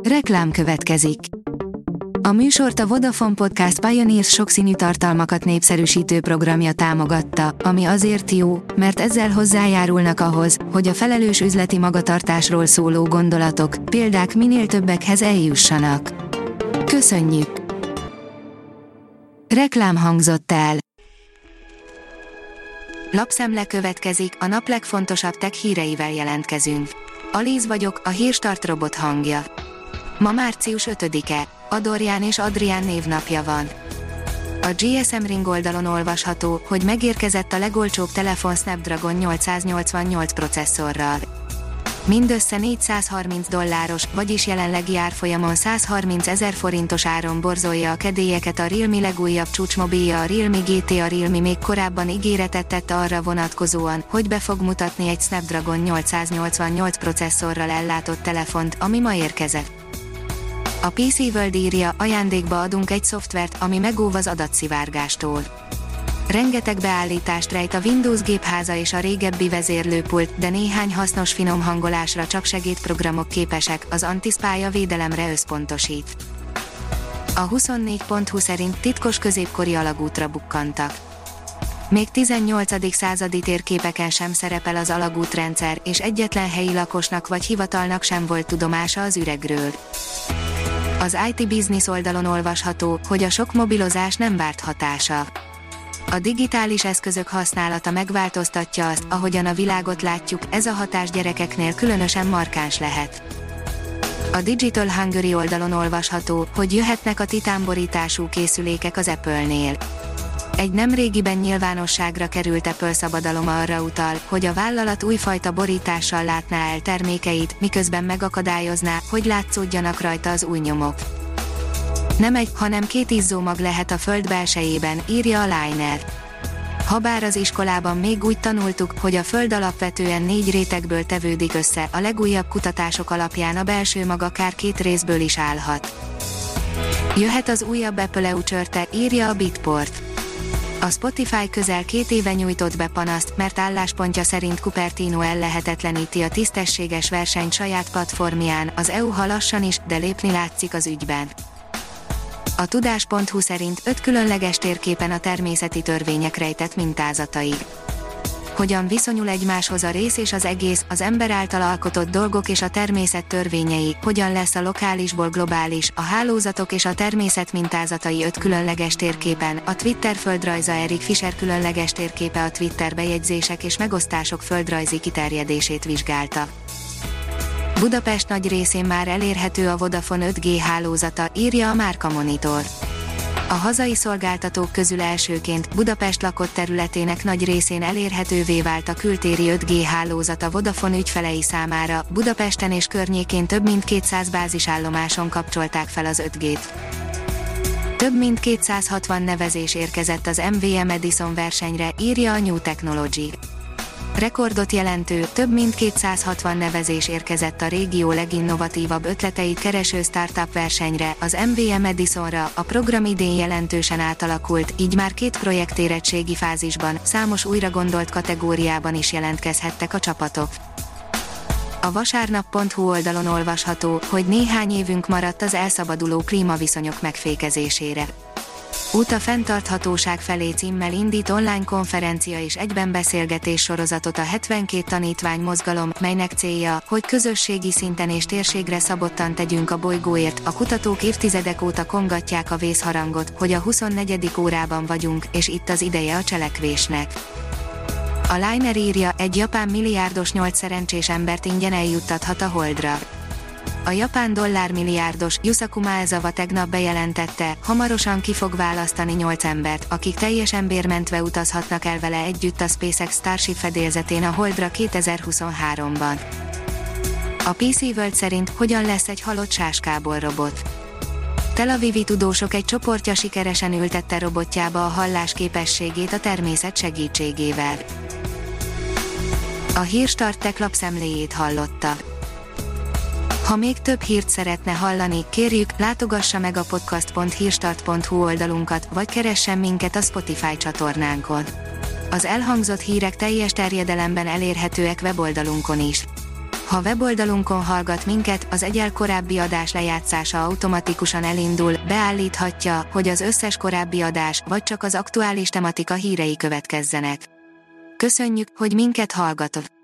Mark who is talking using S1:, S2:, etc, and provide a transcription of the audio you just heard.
S1: Reklám következik. A műsort a Vodafone Podcast Pioneers sokszínű tartalmakat népszerűsítő programja támogatta, ami azért jó, mert ezzel hozzájárulnak ahhoz, hogy a felelős üzleti magatartásról szóló gondolatok, példák minél többekhez eljussanak. Köszönjük! Reklám hangzott el. Lapszemle következik, a nap legfontosabb tech híreivel jelentkezünk. Alíz vagyok, a Hírstart robot hangja. Ma március 5-e, Adorján és Adrián névnapja van. A GSM Ring oldalon olvasható, hogy megérkezett a legolcsóbb telefon Snapdragon 888 processzorral. Mindössze $430, vagyis jelenlegi árfolyamon 130 000 forintos áron borzolja a kedélyeket a Realme legújabb csúcsmobilja, a Realme GT. A Realme még korábban ígéretet tett arra vonatkozóan, hogy be fog mutatni egy Snapdragon 888 processzorral ellátott telefont, ami ma érkezett. A PC World írja, ajándékba adunk egy szoftvert, ami megóv az adatszivárgástól. Rengeteg beállítást rejt a Windows gépháza és a régebbi vezérlőpult, de néhány hasznos finom hangolásra csak segédprogramok képesek, az antispy a védelemre összpontosít. A 24.20 szerint titkos középkori alagútra bukkantak. Még 18. századi térképeken sem szerepel az alagútrendszer, és egyetlen helyi lakosnak vagy hivatalnak sem volt tudomása az üregről. Az IT Business oldalon olvasható, hogy a sok mobilozás nem várt hatása. A digitális eszközök használata megváltoztatja azt, ahogyan a világot látjuk, ez a hatás gyerekeknél különösen markáns lehet. A Digital Hungary oldalon olvasható, hogy jöhetnek a titánborítású készülékek az Apple-nél. Egy nemrégiben nyilvánosságra került Apple szabadalom arra utal, hogy a vállalat újfajta borítással látná el termékeit, miközben megakadályozná, hogy látszódjanak rajta az új nyomok. Nem egy, hanem két izzómag lehet a föld belsejében, írja a Liner. Habár az iskolában még úgy tanultuk, hogy a föld alapvetően 4 rétegből tevődik össze, a legújabb kutatások alapján a belső mag akár 2 részből is állhat. Jöhet az újabb Apple EU csörte, írja a Bitport. A Spotify közel 2 éve nyújtott be panaszt, mert álláspontja szerint Cupertino ellehetetleníti a tisztességes versenyt saját platformján, az EU ha lassan is, de lépni látszik az ügyben. A tudás.hu szerint 5 különleges térképen a természeti törvények rejtett mintázatai. Hogyan viszonyul egymáshoz a rész és az egész, az ember által alkotott dolgok és a természet törvényei, hogyan lesz a lokálisból globális, a hálózatok és a természet mintázatai 5 különleges térképen, a Twitter földrajza. Eric Fisher különleges térképe a Twitter bejegyzések és megosztások földrajzi kiterjedését vizsgálta. Budapest nagy részén már elérhető a Vodafone 5G hálózata, írja a Márka Monitor. A hazai szolgáltatók közül elsőként Budapest lakott területének nagy részén elérhetővé vált a kültéri 5G hálózat a Vodafone ügyfelei számára, Budapesten és környékén több mint 200 bázisállomáson kapcsolták fel az 5G-t. Több mint 260 nevezés érkezett az MVM Edison versenyre, írja a New Technology. Rekordot jelentő, több mint 260 nevezés érkezett a régió leginnovatívabb ötleteit kereső startup versenyre, az MVM Edisonra. A program idén jelentősen átalakult, így már 2 projekt érettségi fázisban, számos újra gondolt kategóriában is jelentkezhettek a csapatok. A vasárnap.hu oldalon olvasható, hogy néhány évünk maradt az elszabaduló klímaviszonyok megfékezésére. Út a fenntarthatóság felé címmel indít online konferencia és egyben beszélgetés sorozatot a 72 tanítvány mozgalom, melynek célja, hogy közösségi szinten és térségre szabottan tegyünk a bolygóért. A kutatók évtizedek óta kongatják a vészharangot, hogy a 24. órában vagyunk, és itt az ideje a cselekvésnek. A Liner írja, egy japán milliárdos 8 szerencsés embert ingyen eljuttathat a Holdra. A japán dollármilliárdos Yusaku Maezawa tegnap bejelentette, hamarosan ki fog választani 8 embert, akik teljesen bérmentve utazhatnak el vele együtt a SpaceX Starship fedélzetén a Holdra 2023-ban. A PC World szerint hogyan lesz egy halott sáskából robot. Tel Avivi tudósok egy csoportja sikeresen ültette robotjába a hallás képességét a természet segítségével. A Hírstart Tech lapszemléjét hallotta. Ha még több hírt szeretne hallani, kérjük, látogassa meg a podcast.hírstart.hu oldalunkat, vagy keressen minket a Spotify csatornánkon. Az elhangzott hírek teljes terjedelemben elérhetőek weboldalunkon is. Ha weboldalunkon hallgat minket, az egyel korábbi adás lejátszása automatikusan elindul, beállíthatja, hogy az összes korábbi adás, vagy csak az aktuális tematika hírei következzenek. Köszönjük, hogy minket hallgatott!